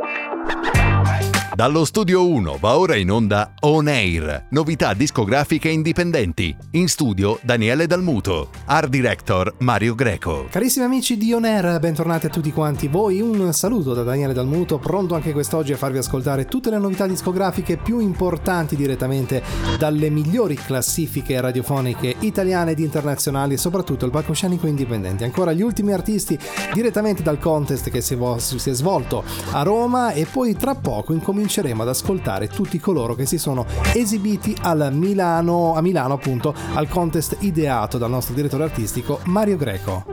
Dallo Studio 1 va ora in onda On Air, novità discografiche indipendenti. In studio Daniele Dalmuto, art director Mario Greco. Carissimi amici di On Air, bentornati a tutti quanti voi. Un saluto da Daniele Dalmuto, pronto anche quest'oggi a farvi ascoltare tutte le novità discografiche più importanti direttamente dalle migliori classifiche radiofoniche italiane ed internazionali e soprattutto il palcoscenico indipendente. Ancora gli ultimi artisti direttamente dal contest che si è svolto a Roma, e poi tra poco incominceremo ad ascoltare tutti coloro che si sono esibiti a Milano appunto al contest ideato dal nostro direttore artistico Mario Greco.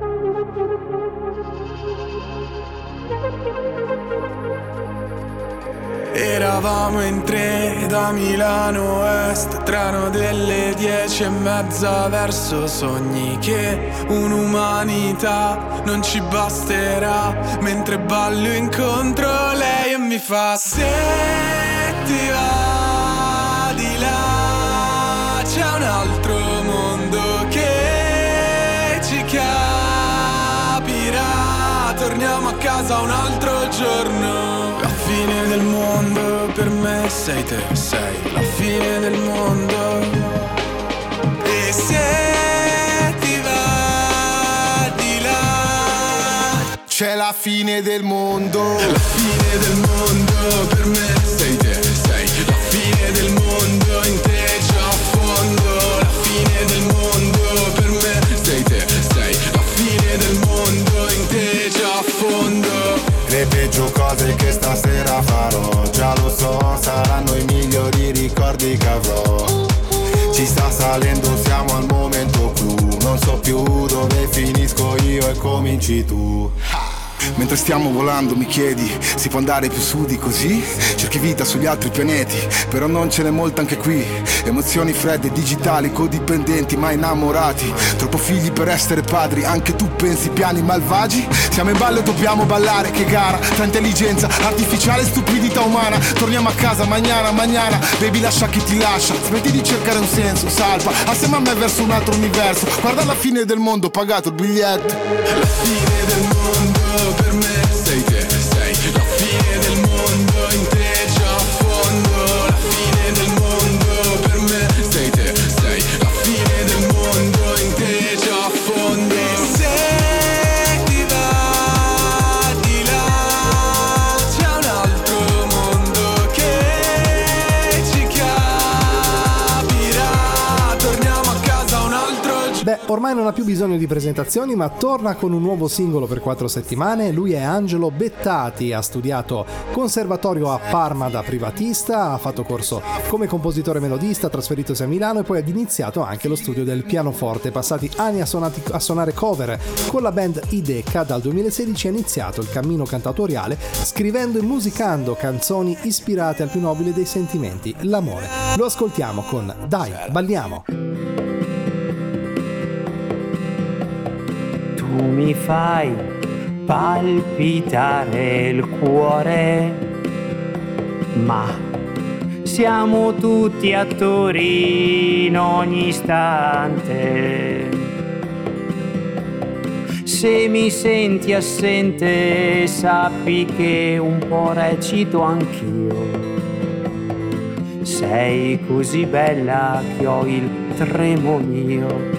Eravamo in tre da Milano Est, treno delle 10:30 verso sogni che un'umanità non ci basterà, mentre ballo incontro lei e mi fa: se ti va di là c'è un altro mondo che ci capirà, torniamo a casa un altro giorno. La fine del mondo per me sei te, sei la fine del mondo. E se ti va di là c'è la fine del mondo. La fine del mondo per me sei te, sei la fine del mondo, in te già a fondo. La fine del mondo per me sei te, sei la fine del mondo, in te già a fondo. Le peggio cose che stasera farò, già lo so, saranno i migliori ricordi che avrò. Ci sta salendo, siamo al momento clou, non so più dove finisco io e cominci tu. Mentre stiamo volando mi chiedi, si può andare più su di così? Cerchi vita sugli altri pianeti, però non ce n'è molta anche qui. Emozioni fredde, digitali, codipendenti, ma innamorati. Troppo figli per essere padri, anche tu pensi piani malvagi? Siamo in ballo e dobbiamo ballare, che gara tra intelligenza artificiale e stupidità umana. Torniamo a casa, mañana, baby lascia chi ti lascia. Smetti di cercare un senso, salva assieme a me verso un altro universo. Guarda la fine del mondo, pagato il biglietto. La fine del mondo per me sei te, sei la fine del mondo, in te già a fondo. La fine del mondo per me sei te, sei la fine del mondo, in te già a fondo. E se ti va di là c'è un altro mondo che ci capirà, torniamo a casa un altro giorno. Beh, ormai non ha più bisogno di presentazioni, ma torna con un nuovo singolo per 4 settimane. Lui è Angelo Bettati, ha studiato conservatorio a Parma da privatista, ha fatto corso come compositore melodista, trasferitosi a Milano e poi ha iniziato anche lo studio del pianoforte. Passati anni a suonare cover con la band Ideca, dal 2016 ha iniziato il cammino cantatoriale scrivendo e musicando canzoni ispirate al più nobile dei sentimenti, l'amore. Lo ascoltiamo con Dai, balliamo. Tu mi fai palpitare il cuore, ma siamo tutti attori in ogni istante. Se mi senti assente, sappi che un po' recito anch'io. Sei così bella che ho il tremolio.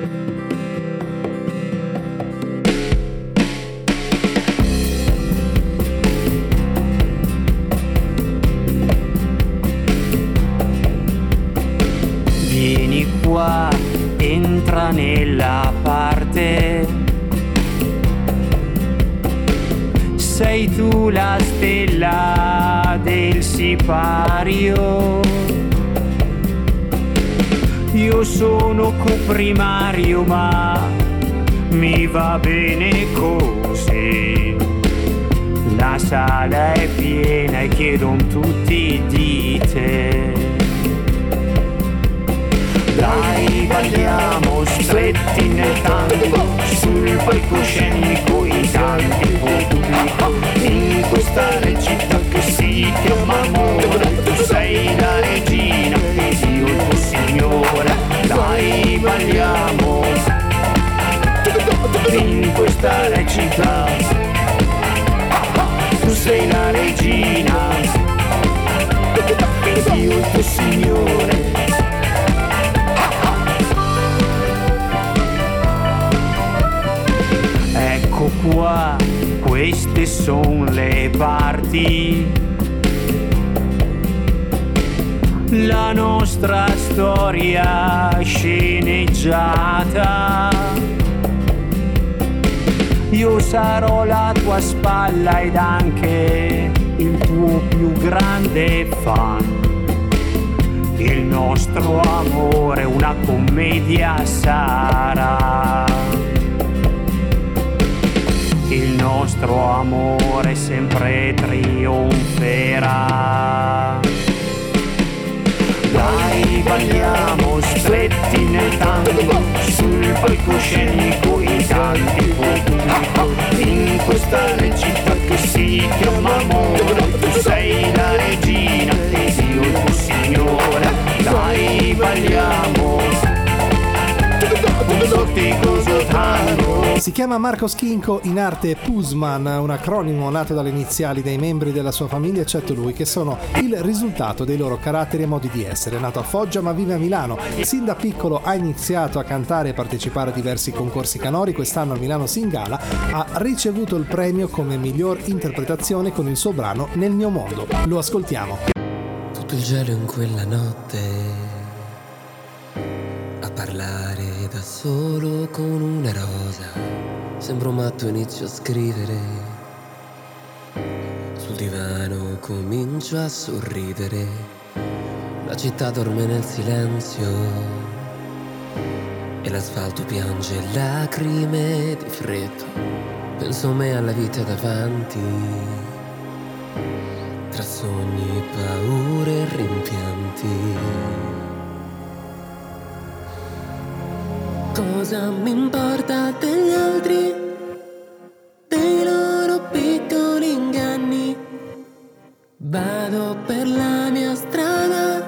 Entra nella parte, sei tu la stella del sipario, io sono coprimario ma mi va bene così. La sala è piena e chiedono tutti di te. Dai, balliamo stretti nel tango, sul palcoscenico in tanti pubblico, in questa recita che si chiama amore. Tu sei la regina ed io il tuo signore. Dai, balliamo in questa recita. Tu sei la regina regina, ed io il tuo signore. Ecco qua, queste son le parti, la nostra storia sceneggiata. Io sarò la tua spalla ed anche il tuo più grande fan. Il nostro amore una commedia sarà. Il nostro amore sempre trionferà. Dai, balliamo stretti nel tango, sul palcoscenico in tanti pubblico, in questa recita che si chiama amore. Tu sei la regina ed io il tuo signore. Dai, balliamo un vorticoso tango. Si chiama Marco Schinco, in arte Pusman, un acronimo nato dalle iniziali dei membri della sua famiglia eccetto lui, che sono il risultato dei loro caratteri e modi di essere. Nato a Foggia ma vive a Milano. Sin da piccolo ha iniziato a cantare e partecipare a diversi concorsi canori. Quest'anno a Milano Singala ha ricevuto il premio come miglior interpretazione con il suo brano Nel mio mondo. Lo ascoltiamo. Tutto il gelo in quella notte, a parlare da solo con una rosa. Sembro matto, inizio a scrivere. Sul divano comincio a sorridere. La città dorme nel silenzio e l'asfalto piange lacrime di freddo. Penso a me, alla vita davanti, tra sogni, paure e rimpianti. Cosa mi importa degli altri, dei loro piccoli inganni? Vado per la mia strada,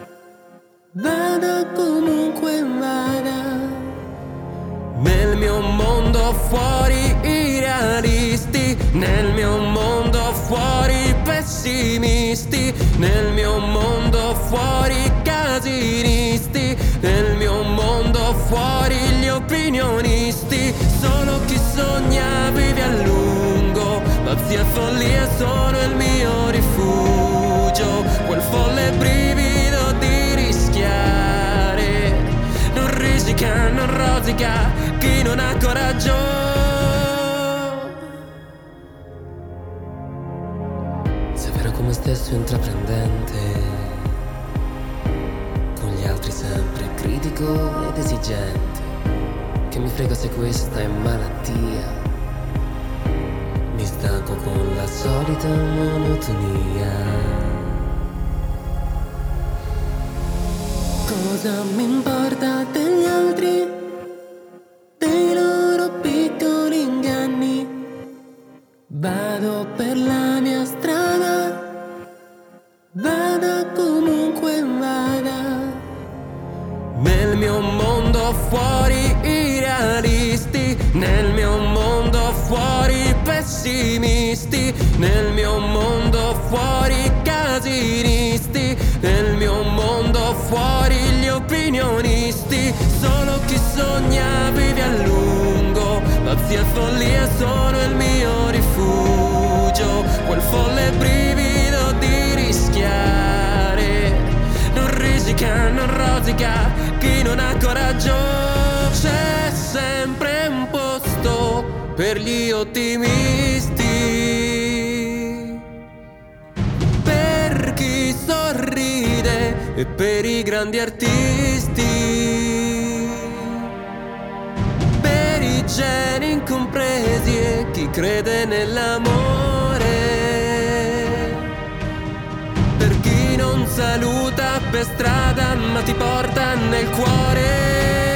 vada comunque vada. Nel mio mondo fuori i realisti, nel mio mondo fuori i pessimisti, nel mio mondo fuori i casinisti, nel mio mondo fuori gli opinionisti. Solo chi sogna vive a lungo, pazzi e follia sono il mio rifugio, quel folle brivido di rischiare. Non risica, non rosica chi non ha coraggio. Se vero come stesso intraprendente, con gli altri sempre critico ed esigente, che mi frega se questa è malattia. Mi stanco con la solita monotonia. Cosa mi importa degli altri, dei loro piccoli inganni? Vado per la mia strada, vada comunque vada. Nel mio mondo fuori i realisti, nel mio mondo fuori i pessimisti, nel mio mondo fuori i casinisti, nel mio mondo fuori gli opinionisti. Solo chi sogna vive a lungo, pazzi e follia sono il mio rifugio, quel folle brivido di rischiare. Non risica, non rosica chi non ha coraggio. C'è sempre un posto per gli ottimisti, per chi sorride e per i grandi artisti, per i geni incompresi e chi crede nell'amore, per chi non saluta per strada ma ti porta nel cuore.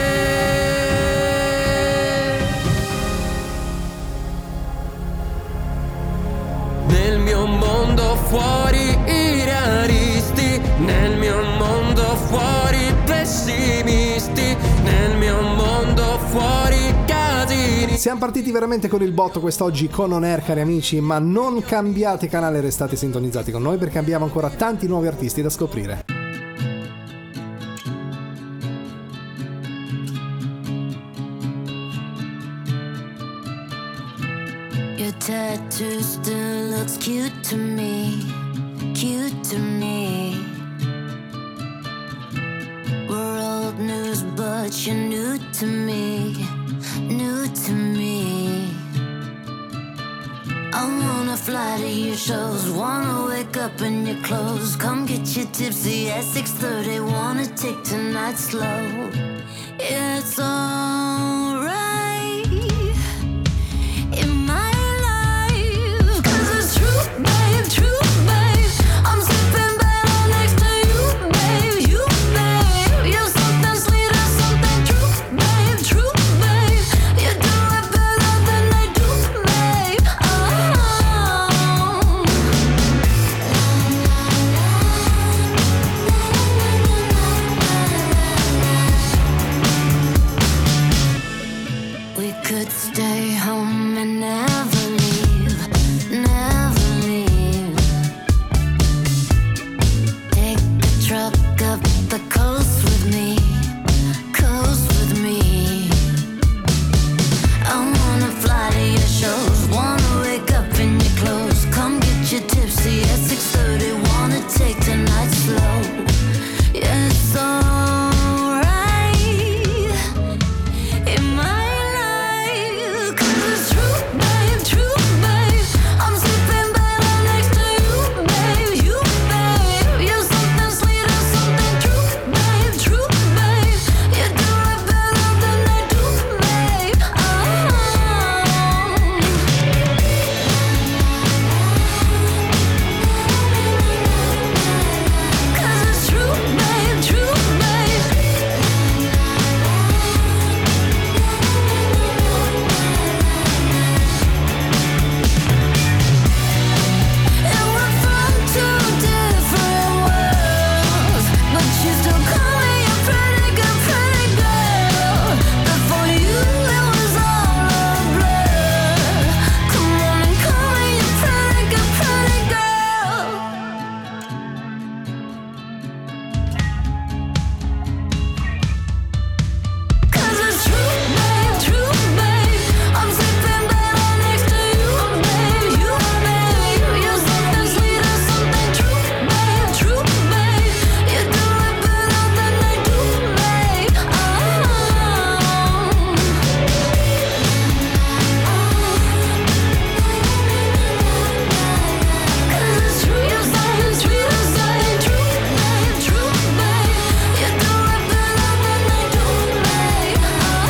Nel mio mondo fuori i realisti, nel mio mondo fuori i pessimisti, nel mio mondo fuori i casini. Siamo partiti veramente con il botto quest'oggi con On Air, cari amici, ma non cambiate canale, restate sintonizzati con noi perché abbiamo ancora tanti nuovi artisti da scoprire. Your tattoo still looks cute to me, cute to me. We're old news, but you're new to me, new to me. I wanna fly to your shows, wanna wake up in your clothes. Come get you tipsy at 6:30, wanna take tonight slow. It's alright in my life, 'cause it's true, babe, true, babe. I'm sleeping better next to you, babe, you, babe. You're something sweet or something true, babe, true, babe. You do it better than I do, babe. We could stay home and never leave, never leave. Take the truck up the coast with me, coast with me. I wanna fly to your shows, wanna wake up in your clothes. Come get you tipsy at 6:30, wanna take tonight slow. Yeah, it's alright in my life, 'cause it's true, babe, true, babe. I'm sleeping better next to you, babe, you, babe. You're something sweet or something true, babe, true, babe. You do it better than I do, babe. 'Cause it's true, babe, true, babe. And we're from two different worlds, but you still call me a pretty girl. Before you it was all a blur. Come on and call me a pretty girl. 'Cause it's true, babe, true, babe. I'm sleeping better next to you, babe, you, babe. You're something sweet or something true, babe, true, babe. You do it better than I do, babe. 'Cause it's true, you're something sweet or something true, babe, true, babe. You do it better than I do, babe.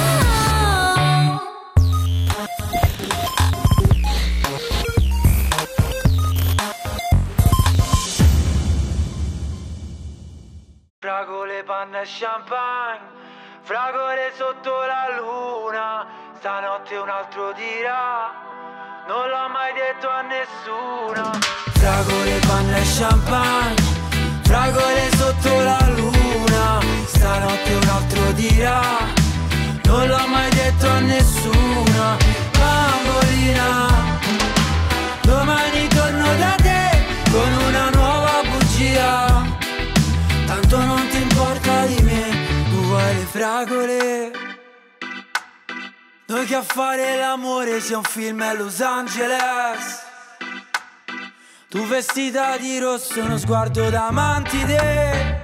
Fragole, panna e champagne, fragole sotto la luna, stanotte un altro dirà, non l'ho mai detto a nessuno. Fragole, panna e champagne, fragole sotto la luna, stanotte un altro dirà, non l'ho mai detto a nessuno. Bambolina, domani torno da te con una nuova bugia. Tanto non ti importa di me, tu vuoi le fragole. Noi che a fare l'amore sia un film a Los Angeles. Tu vestita di rosso, uno sguardo da mantide.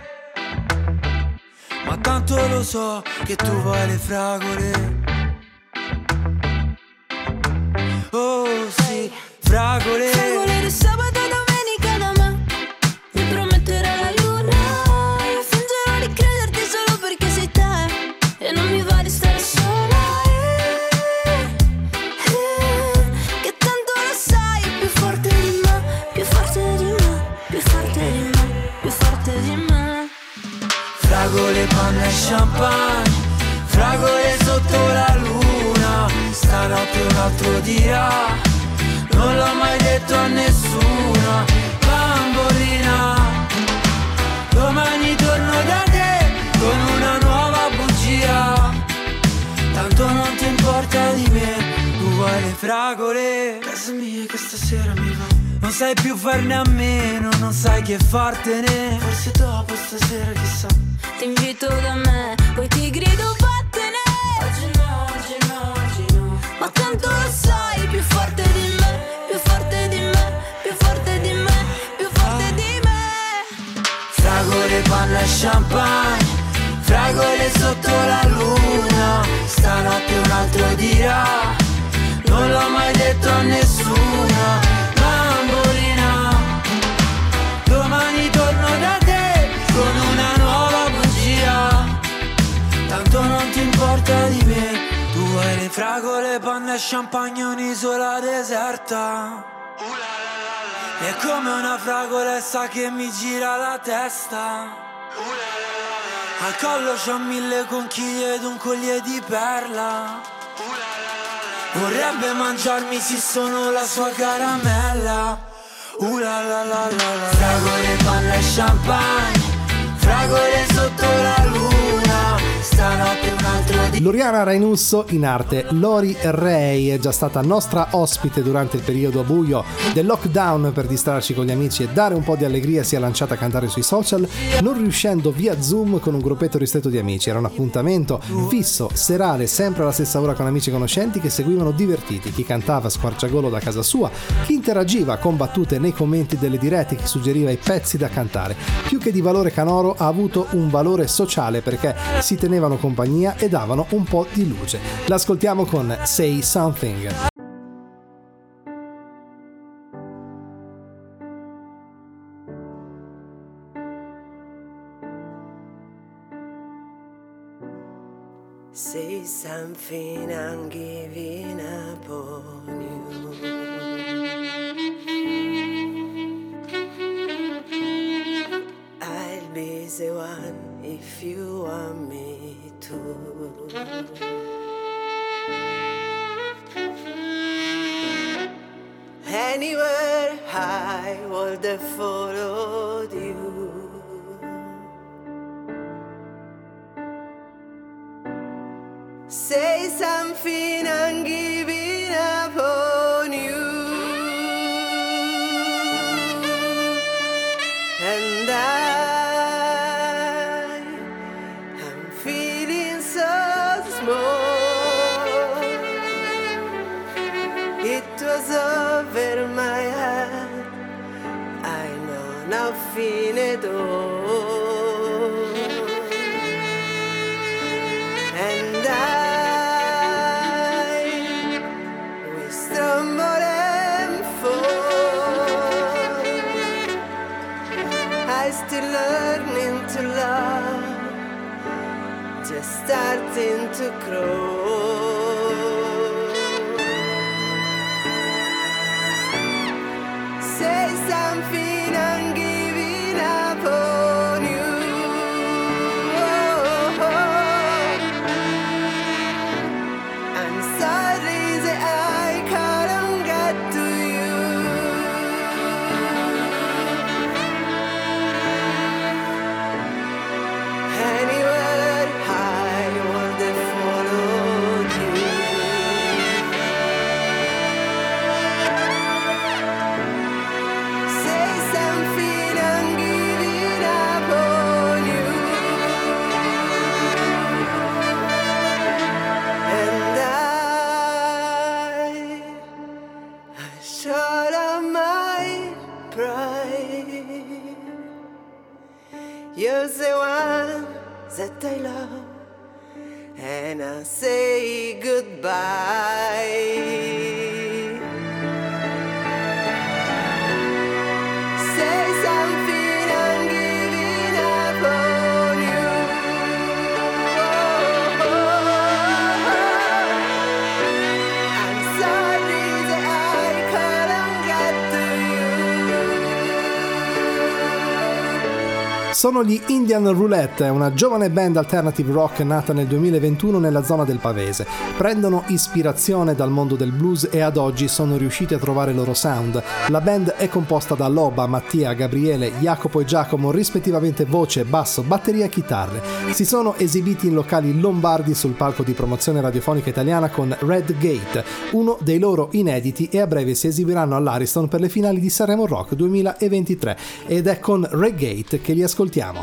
Ma tanto lo so che tu vuoi le fragole. Oh sì, fragole. Fragole di sabato e domenica da me, mi prometterai la luna. Io fingerò di crederti solo perché sei te, e non mi va di stare sola. Che tanto lo sai, più forte di me, più forte di me, più forte di me, più forte di me. Fragole, panna e champagne, fragole sotto la luna, stanotte un altro dirà, non l'ho mai detto a nessuno. Bambolina, domani torno da te con una nuova bugia. Tanto non ti importa di me, sai più farne a meno, non sai che fartene. Forse dopo stasera chissà. Ti invito da me, poi ti grido vattene. Oggi no, oggi no, oggi no. Ma tanto lo sai, più forte di me, più forte di me, più forte di me, più forte di me. Fragole, panna e champagne, fragole sotto la luna. Stanotte un altro dirà, non l'ho mai detto a nessuna. Bambolina, domani torno da te con una nuova bugia. Tanto non ti importa di me. Tu hai le fragole, panna e champagne, un'isola deserta. È come una fragolessa che mi gira la testa. Al collo c'ho 1000 conchiglie ed un collier di perla. Vorrebbe mangiarmi se sono la sua caramella. La la la la la. Fragole, panna e champagne, fragole sotto la luna. Stanotte un altro di... Loriana Rainusso, in arte Lori Ray, è già stata nostra ospite durante il periodo buio del lockdown. Per distrarci con gli amici e dare un po' di allegria si è lanciata a cantare sui social, non riuscendo via Zoom con un gruppetto ristretto di amici. Era un appuntamento fisso, serale, sempre alla stessa ora con amici e conoscenti che seguivano divertiti. Chi cantava a squarciagolo da casa sua, chi interagiva con battute nei commenti delle dirette, chi suggeriva i pezzi da cantare. Più che di valore canoro ha avuto un valore sociale, perché si tenevano compagnia e davano un po' di luce. L'ascoltiamo con Say Something. Say something, I'm giving up on you. I'll be the one if you want me to. Anywhere I would have followed you. Say something, I'm giving up on you. And I'm feeling so small. It was over my head, I know nothing at all. And we stumble and fall. I still learning to love, just starting to grow. Say something, I'm giving up on you. I'm sorry that I couldn't get to you. Anywhere I would have followed you. Say something, I'm giving up on you. And I shut up my pride. You're the one that I love, and I say goodbye. Say something, I'm giving up on you. I'm sorry that I couldn't get to you. Sono gli Indian Roulette, una giovane band alternative rock nata nel 2021 nella zona del Pavese. Prendono ispirazione dal mondo del blues e ad oggi sono riusciti a trovare il loro sound. La band è composta da Loba, Mattia, Gabriele, Jacopo e Giacomo, rispettivamente voce, basso, batteria e chitarre. Si sono esibiti in locali lombardi sul palco di promozione radiofonica italiana con Red Gate, uno dei loro inediti, e a breve si esibiranno all'Ariston per le finali di Sanremo Rock 2023. Ed è con Red Gate che li ascoltiamo.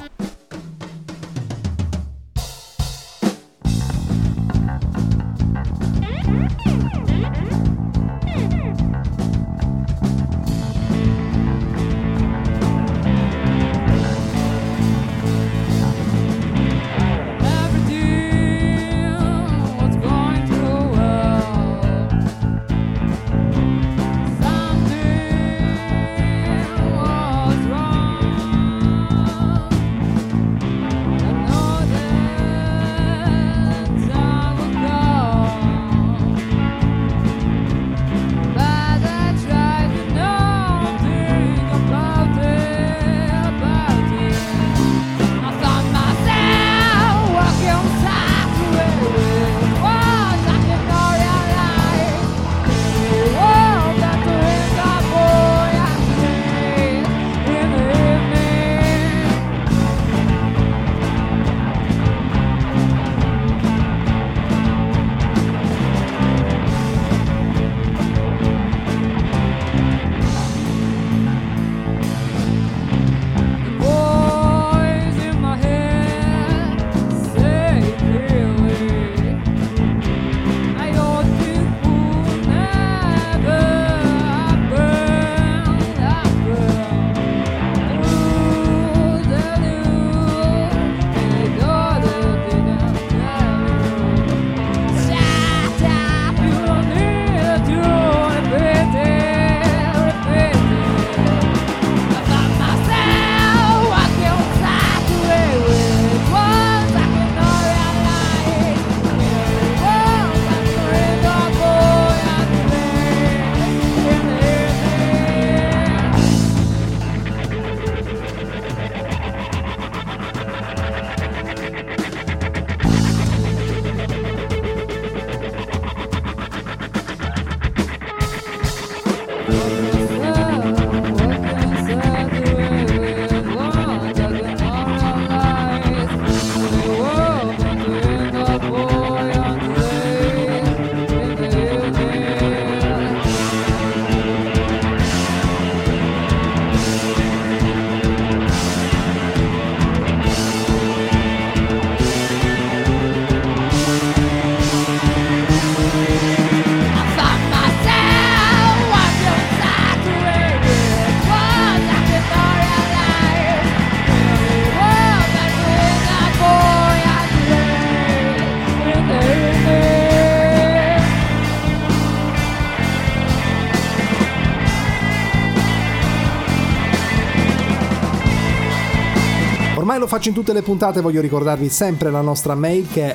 Ormai lo faccio in tutte le puntate, voglio ricordarvi sempre la nostra mail che è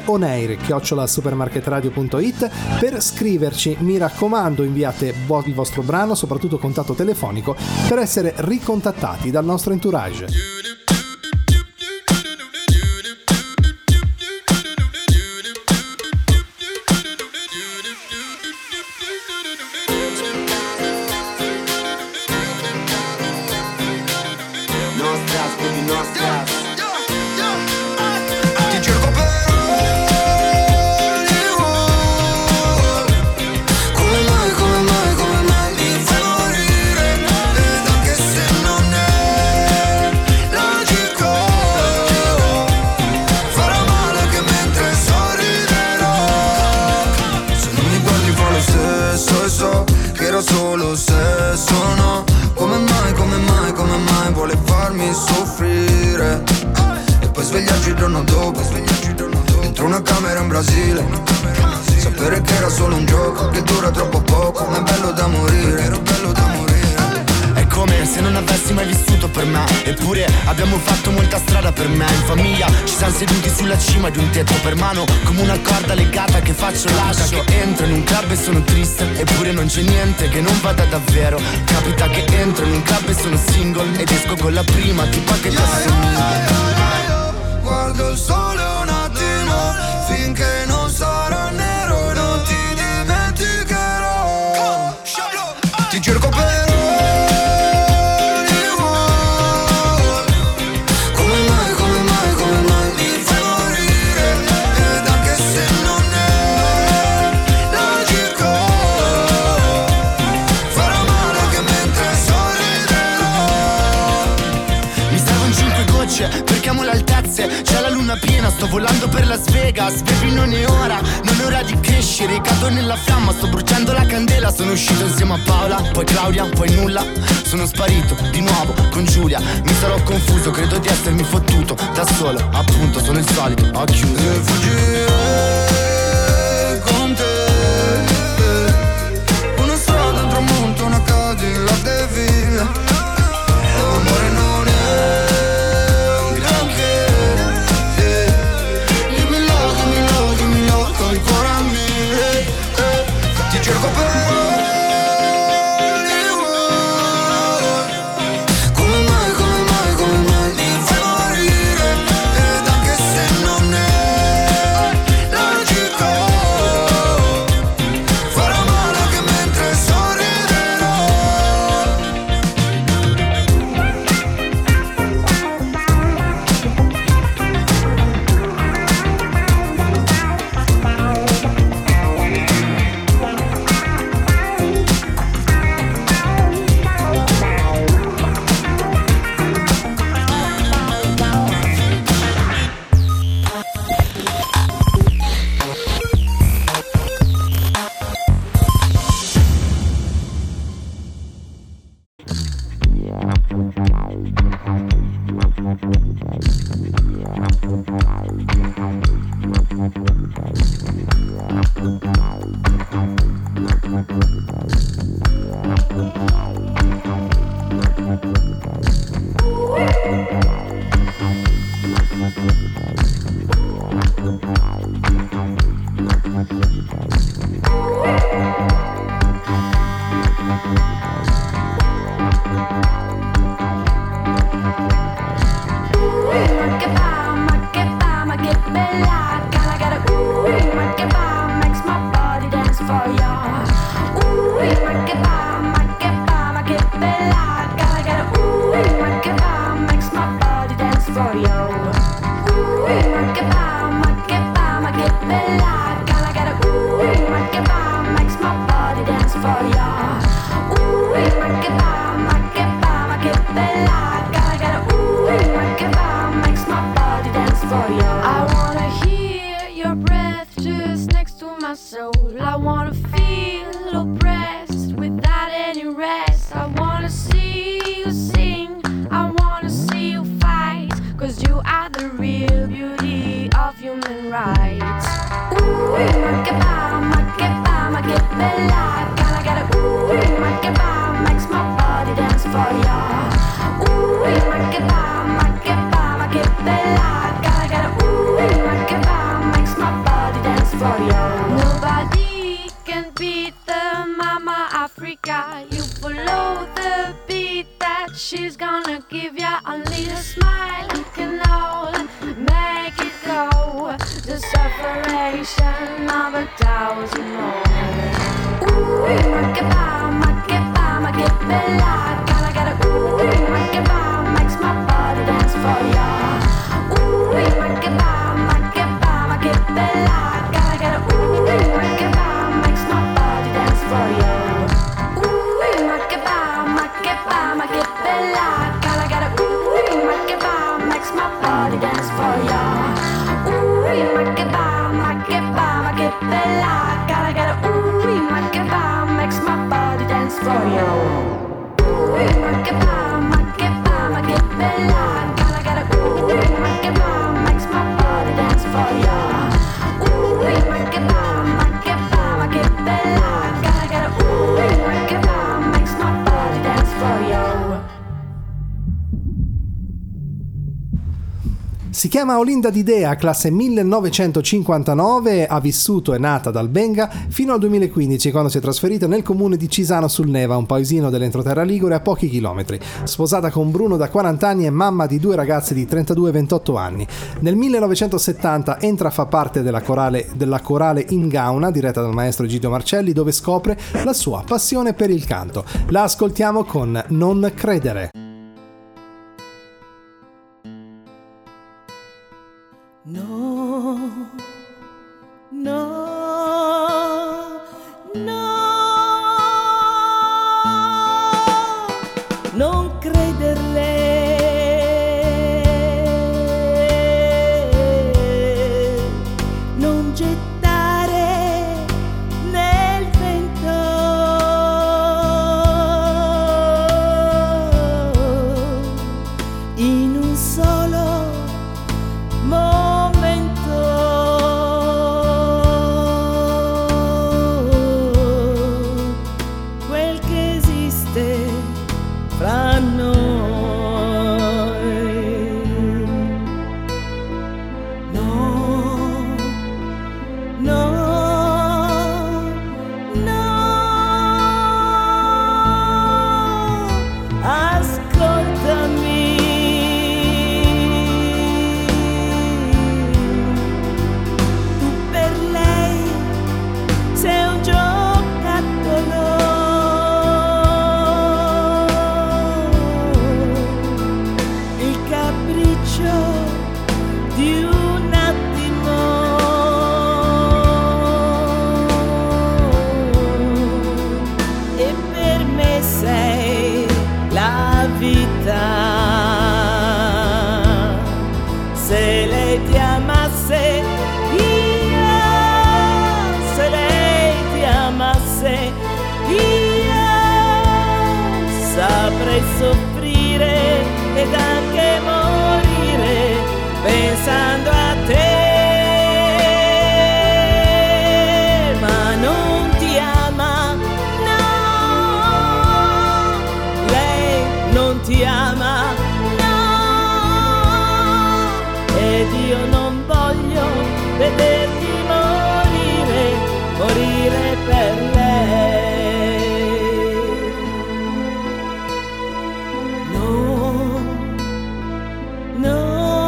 onair@supermarketradio.it. Per scriverci, mi raccomando, inviate il vostro brano, soprattutto contatto telefonico, per essere ricontattati dal nostro entourage. Svegliarci il giorno dopo, dentro una camera in Brasile. Sapere che era solo un gioco, che dura troppo poco, ma è bello da morire. È come se non avessi mai vissuto per me. Eppure abbiamo fatto molta strada per me. In famiglia ci siamo seduti sulla cima di un tetto per mano, come una corda legata che faccio lascio. Che entro in un club e sono triste, eppure non c'è niente che non vada davvero. Capita che entro in un club e sono single ed esco con la prima tipa che ti assomiglia. Guardo il sole un attimo finché non sarà nero e non ti dimenticherò. Ti cerco per perché amo le altezze, c'è la luna piena, sto volando per Las Vegas. Baby non è ora, non è ora di crescere, cado nella fiamma, sto bruciando la candela. Sono uscito insieme a Paola, poi Claudia, poi nulla. Sono sparito di nuovo con Giulia, mi sarò confuso, credo di essermi fottuto da solo, appunto sono il solito, ho chiuso. E fuggire con te, una strada, un tramonto, una Cadillac de Ville. L'amore non è ancora a mille, ti cerco per come mai mi fai morire, ed anche se non è logico farò male anche mentre sorriderò. For you. Si chiama Olinda D'Idea, classe 1959, ha vissuto e nata ad Albenga fino al 2015, quando si è trasferita nel comune di Cisano sul Neva, un paesino dell'entroterra ligure a pochi chilometri. Sposata con Bruno da 40 anni e mamma di 2 ragazze di 32 e 28 anni. Nel 1970 entra a far parte della corale In Gauna, diretta dal maestro Egidio Marcelli, dove scopre la sua passione per il canto. La ascoltiamo con Non credere. No, no, no, non crederle, non gettare nel vento in un solo quel che esiste fra noi. No, no, no, ascoltami. Tu per lei sei un giocattolo, il capriccio di un attimo, e per me sei la vita. Se lei ti amasse, se lei ti amasse, io saprei soffrire ed anche morire pensando a te. Ma non ti ama, no, lei non ti ama, no, ed io non voglio vederti morire per lei. No, no,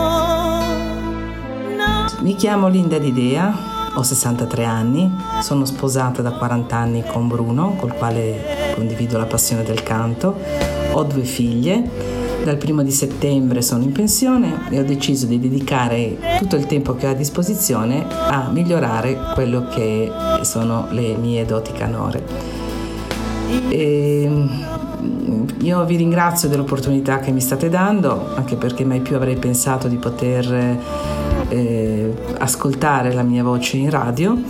no. Mi chiamo Olinda D'Idea, ho 63 anni, sono sposata da 40 anni con Bruno, col quale condivido la passione del canto, ho 2 figlie. Dal 1 di settembre sono in pensione e ho deciso di dedicare tutto il tempo che ho a disposizione a migliorare quello che sono le mie doti canore. Io vi ringrazio dell'opportunità che mi state dando, anche perché mai più avrei pensato di poter ascoltare la mia voce in radio.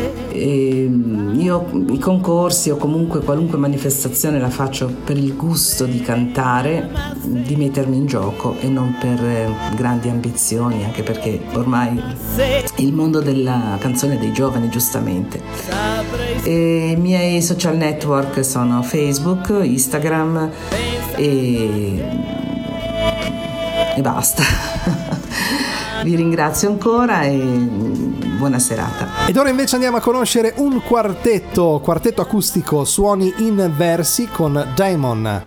Io i concorsi o comunque qualunque manifestazione la faccio per il gusto di cantare, di mettermi in gioco e non per grandi ambizioni, anche perché ormai il mondo della canzone dei giovani, giustamente. I miei social network sono Facebook, Instagram e basta. Vi ringrazio ancora e buona serata. Ed ora invece andiamo a conoscere un quartetto acustico, suoni in versi con Daemon.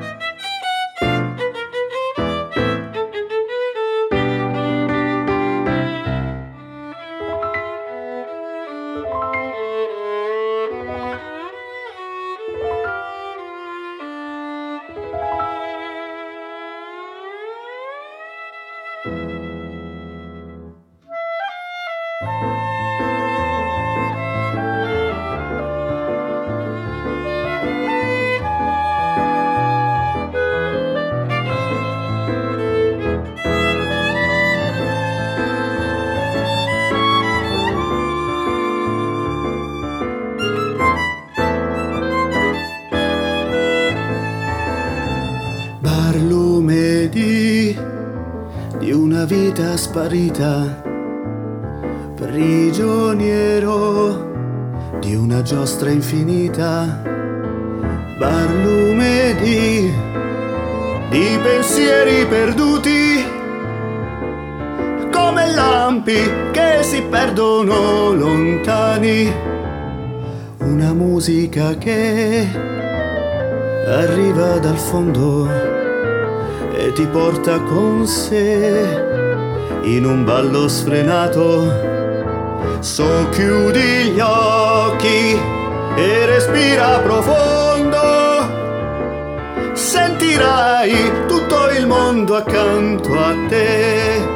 Di una vita sparita, prigioniero di una giostra infinita, barlume di pensieri perduti, campi che si perdono lontani, una musica che arriva dal fondo e ti porta con sé in un ballo sfrenato. Socchiudi gli occhi e respira profondo, sentirai tutto il mondo accanto a te.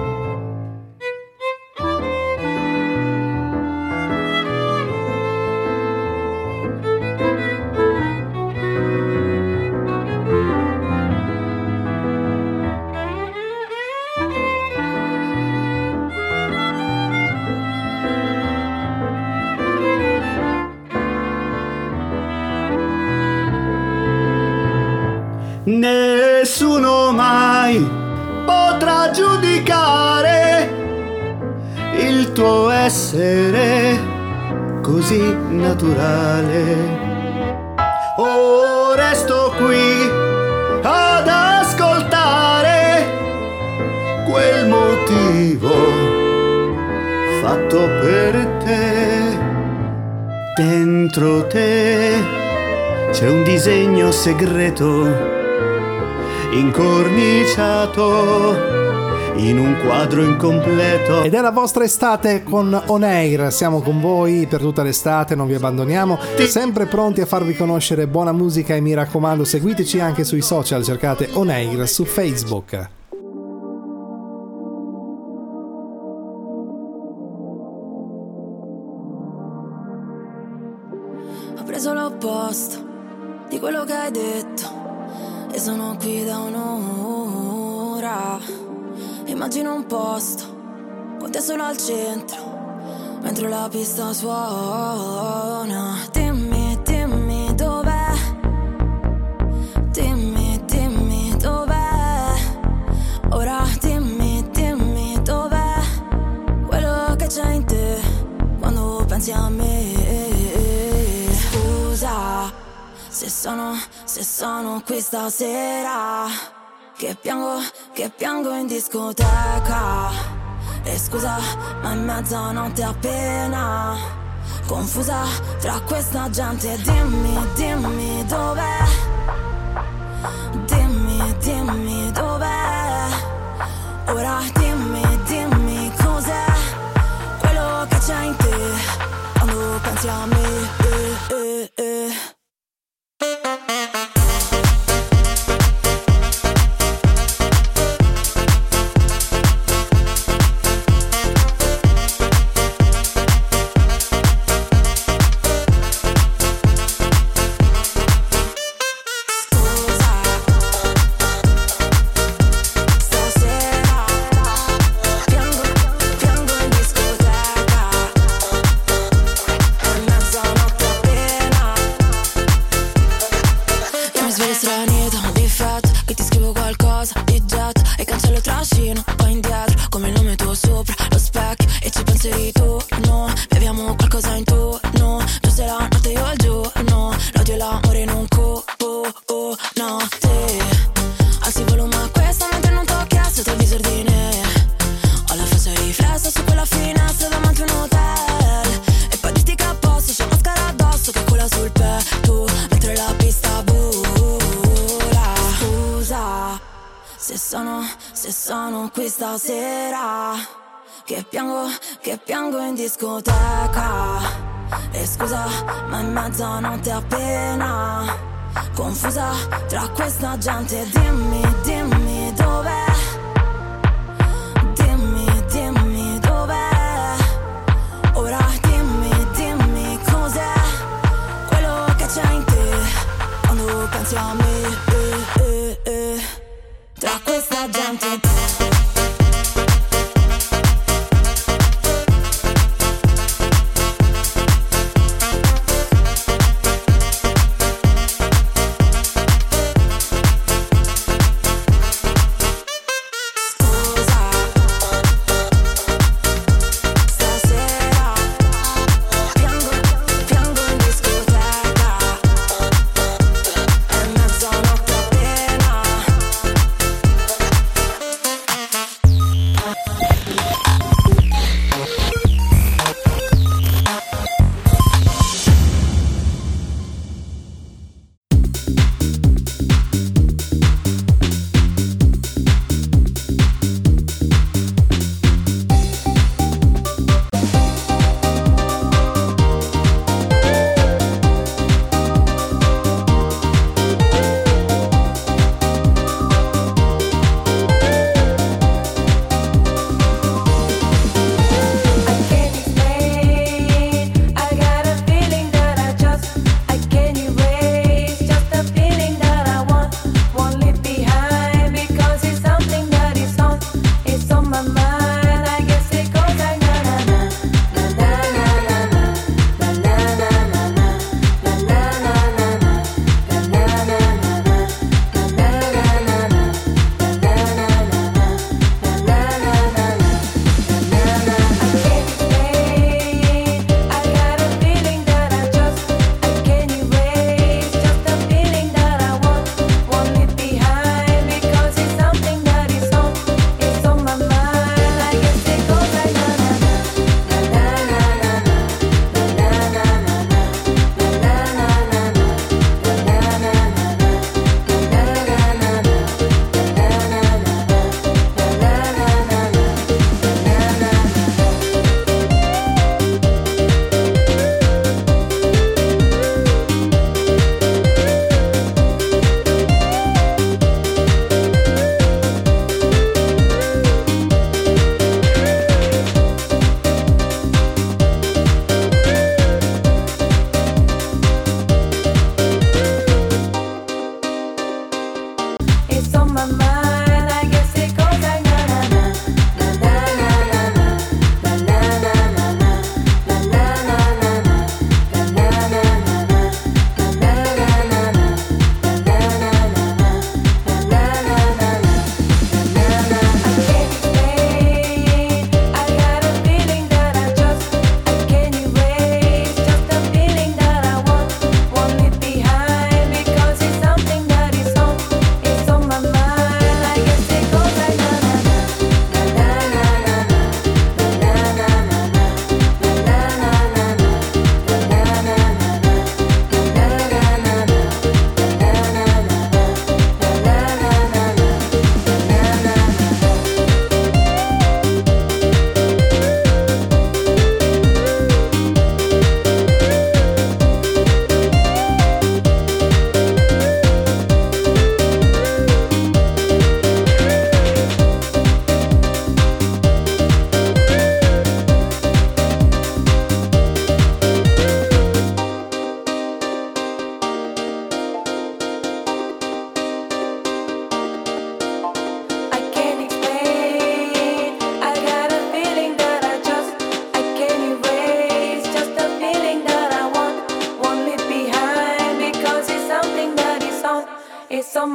Nessuno mai potrà giudicare il tuo essere così naturale. Oh, resto qui ad ascoltare quel motivo fatto per te. Dentro te c'è un disegno segreto incorniciato in un quadro incompleto. Ed è la vostra estate con On Air. Siamo con voi per tutta l'estate, non vi abbandoniamo, sempre pronti a farvi conoscere buona musica, e mi raccomando seguiteci anche sui social, cercate On Air su Facebook. Ho preso l'opposto di quello che hai detto e sono qui da un'ora. Immagino un posto con te solo al centro mentre la pista suona. Dimmi, dimmi dov'è. Dimmi, dimmi dov'è. Ora dimmi, dimmi dov'è quello che c'è in te quando pensi a me. Scusa se sono qui stasera, che piango in discoteca. E scusa, ma è mezzanotte appena, confusa tra questa gente. Dimmi, dimmi dov'è. Dimmi, dimmi dov'è. Ora dimmi, dimmi cos'è quello che c'è in te quando pensi a me. Se sono qui stasera, che piango in discoteca. E scusa, ma è mezzanotte appena, confusa tra questa gente. Dimmi, dimmi dov'è. Dimmi, dimmi dov'è. Ora dimmi, dimmi cos'è quello che c'è in te quando pensi a me. Tra questa gente.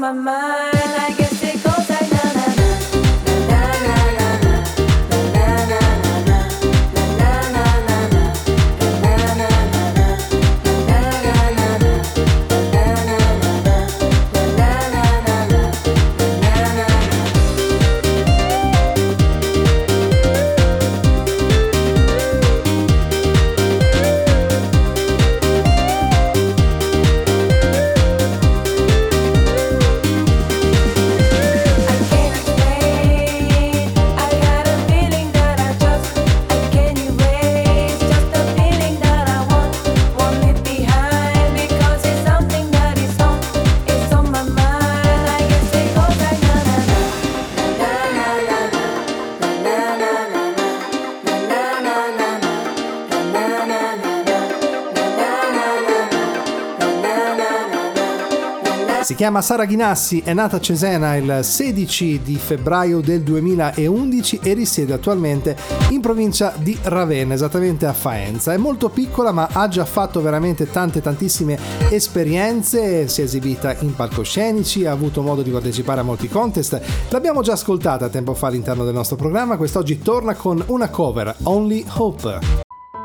my mind. I guess it goes like na na na. Si chiama Sara Ghinassi, è nata a Cesena il 16 di febbraio del 2011 e risiede attualmente in provincia di Ravenna, esattamente a Faenza. È molto piccola ma ha già fatto veramente tantissime esperienze, si è esibita in palcoscenici, ha avuto modo di partecipare a molti contest. L'abbiamo già ascoltata tempo fa all'interno del nostro programma, quest'oggi torna con una cover, Only Hope.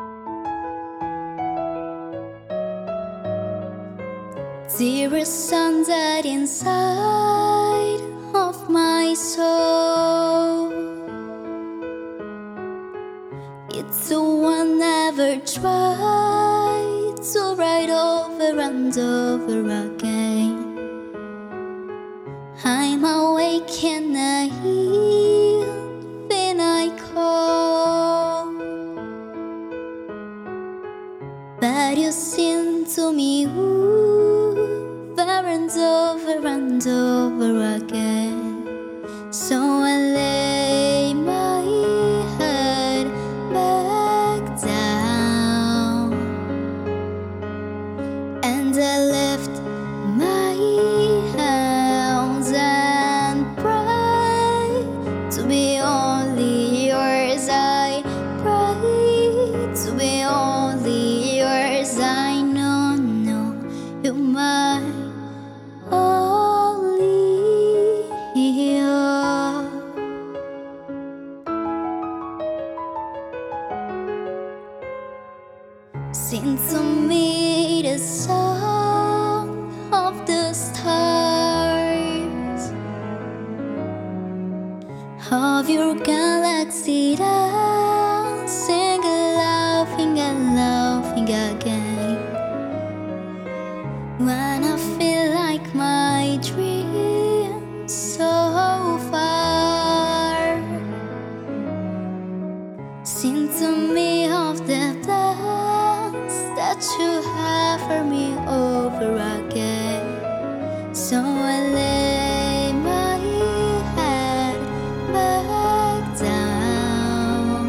There is sunset inside of my soul. It's the one never tried to write over and over again. I'm awake and I hear when I call, but you sing to me over and over again. So I lay my head back down and I lift my hands and pray to be only yours. I pray to be only yours. I know you're mine. Sing to me the song of the stars of your galaxy, dancing and laughing again. When I feel like my dreams so far, sing to me of the that you have for me over again. So I lay my head back down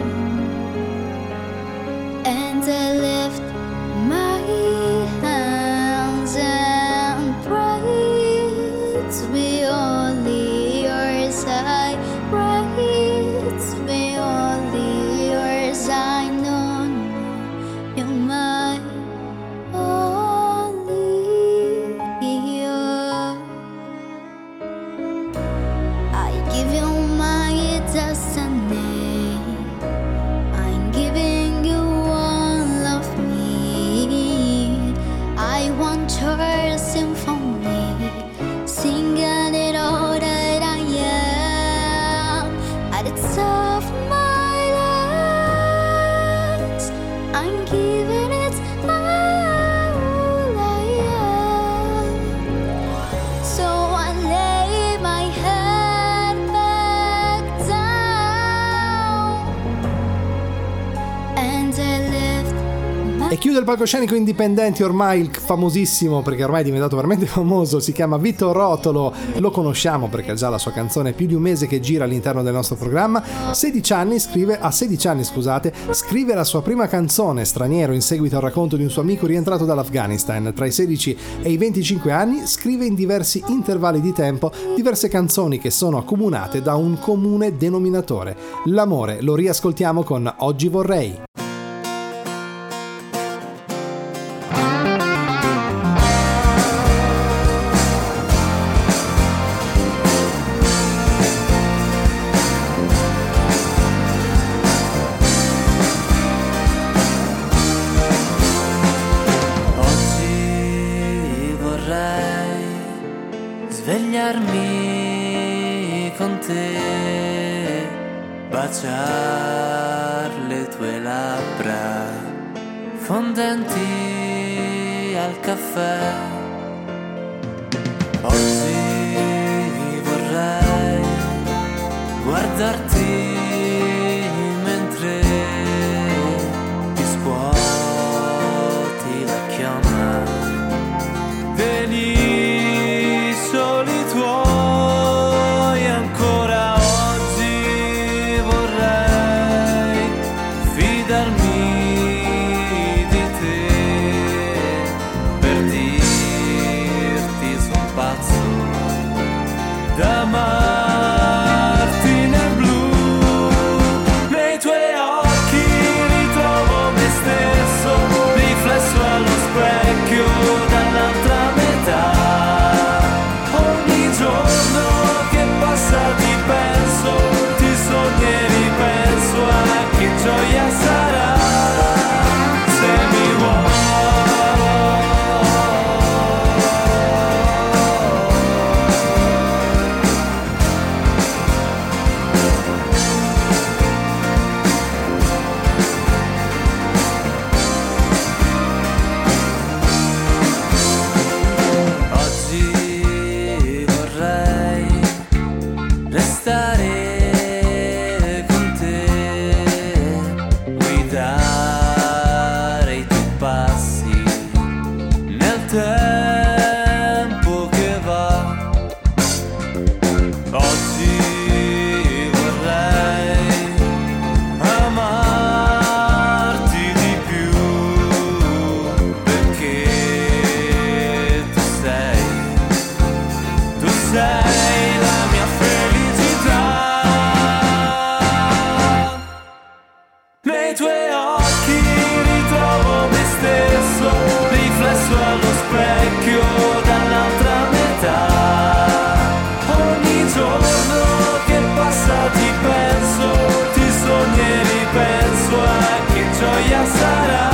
and I lift my hands and pray to be only yours. I pray to be only yours. I know you're mine. E chiude il palcoscenico indipendenti, ormai il famosissimo, perché ormai è diventato veramente famoso, si chiama Vito Rotolo, lo conosciamo perché già la sua canzone è più di un mese che gira all'interno del nostro programma. A 16 anni scrive la sua prima canzone, Straniero, in seguito al racconto di un suo amico rientrato dall'Afghanistan. Tra i 16 e i 25 anni scrive in diversi intervalli di tempo diverse canzoni che sono accomunate da un comune denominatore, l'amore. Lo riascoltiamo con Oggi vorrei. con te, baciar le tue labbra fondenti al caffè. Oggi vorrei guardarti mentre ti scuoti la chioma degli soli tuoi. Ancora oggi vorrei fidarmi di te per dirti son pazzo d'amarti nel blu. Nei tuoi occhi ritrovo me stesso, riflesso allo specchio dall'altra metà. Ogni giorno che passa ti penso, ti sogno e ripenso a che gioia sarà se mi vuoi. Oggi vorrei restare con te, guidare i tuoi passi nel tempo che va. Oggi vorrei amarti di più perché tu sei la mia felicità. Nei tuoi occhi ritrovo me stesso, riflesso allo specchio dall'altra metà. Ogni giorno che passa ti penso, ti sogno e ripenso a che gioia sarà.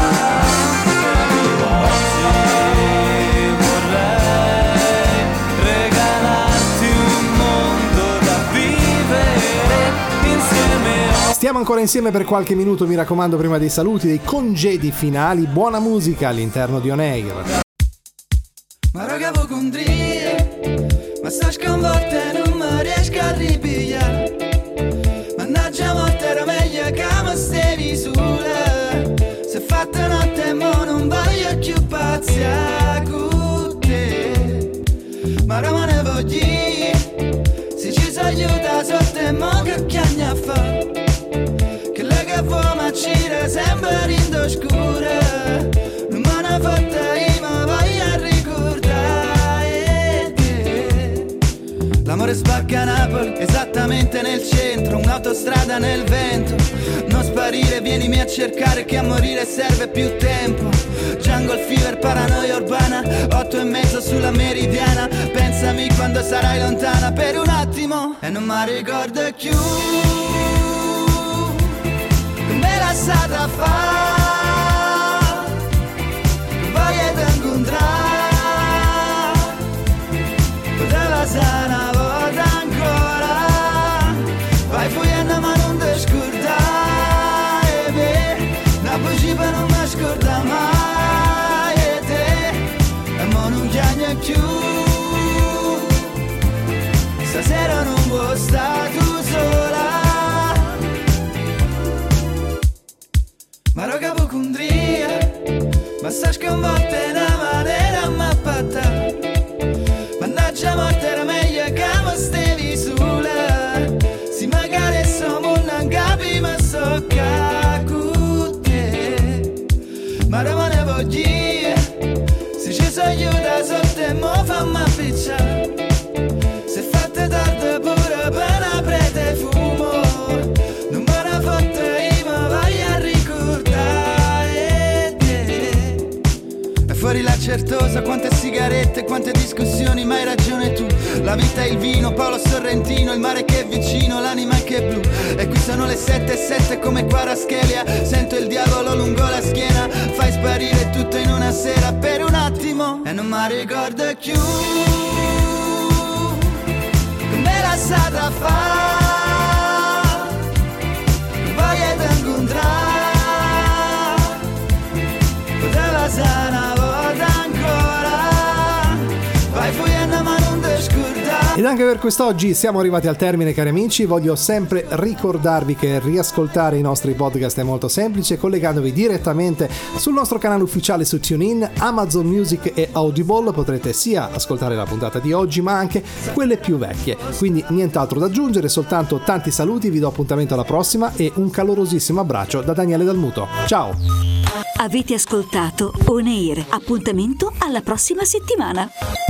Oggi vorrei regalarti un mondo da vivere insieme. Stiamo ancora insieme per qualche minuto, mi raccomando, prima dei saluti, dei congedi finali. Buona musica all'interno di On Air. Ma raga ipocondrie, ma sta sconvolta e non mi riesco a ripigliare. Mannaggia morte, era meglio che mi stevi sola. Se fatta notte e mo non voglio più pazziare con te. Ma ora me ne voglio, se ci si aiuta sotto e mo che chiagna fa. Che lei che vuoi ma c'era sempre in oscura. Non me ne fotta io ma voglio ricordare te. L'amore spacca Napoli, esattamente nel centro. Un'autostrada nel vento. Non sparire, vienimi a cercare che a morire serve più tempo. Jungle fever, paranoia urbana, 8:30 sulla meridiana. Pensami quando sarai lontana per un attimo e non mi ricordo più. Me la stata fa, voglio te incontrare. Poteva essere una volta ancora. Vai fuggendo ma non ti scordare me. La bugiba non mi scorda mai e te. E mo non chiagno più. Stasera non vuoi stare tu sola. Ma roga ipocondria, ma sta sconvolta in una maniera mappatta. Mannaggia morte, era meglio che mi stevi sola. Si magari siamo non capi ma so che con te. Ma ora me ne voglio, se ci si aiuta sotto e mo fammi appicciare. Se fate tardi pure per una prete fumo. Non me ne fotte io ma voglio ricordare te. E fuori la certosa, quante sigarette, quante discussioni, ma hai ragione tu. La vita è il vino, Paolo Sorrentino, il mare che è vicino, l'anima è che è blu. E qui sono le 7:07 come Quaraschelia. Sento il diavolo lungo la schiena. Fai sparire tutto in una sera per un attimo e non mi ricordo più. Me la passata a fare, voglia di incontrare, poteva essere una volta ancora, vai fuggendo ma non ti scordare. Ed anche per quest'oggi siamo arrivati al termine, cari amici. Voglio sempre ricordarvi che riascoltare i nostri podcast è molto semplice, collegandovi direttamente sul nostro canale ufficiale su TuneIn, Amazon Music e Audible. Potrete sia ascoltare la puntata di oggi ma anche quelle più vecchie. Quindi nient'altro da aggiungere, soltanto tanti saluti, vi do appuntamento alla prossima e un calorosissimo abbraccio da Daniele Dalmuto. Ciao! Avete ascoltato On Air. Appuntamento alla prossima settimana.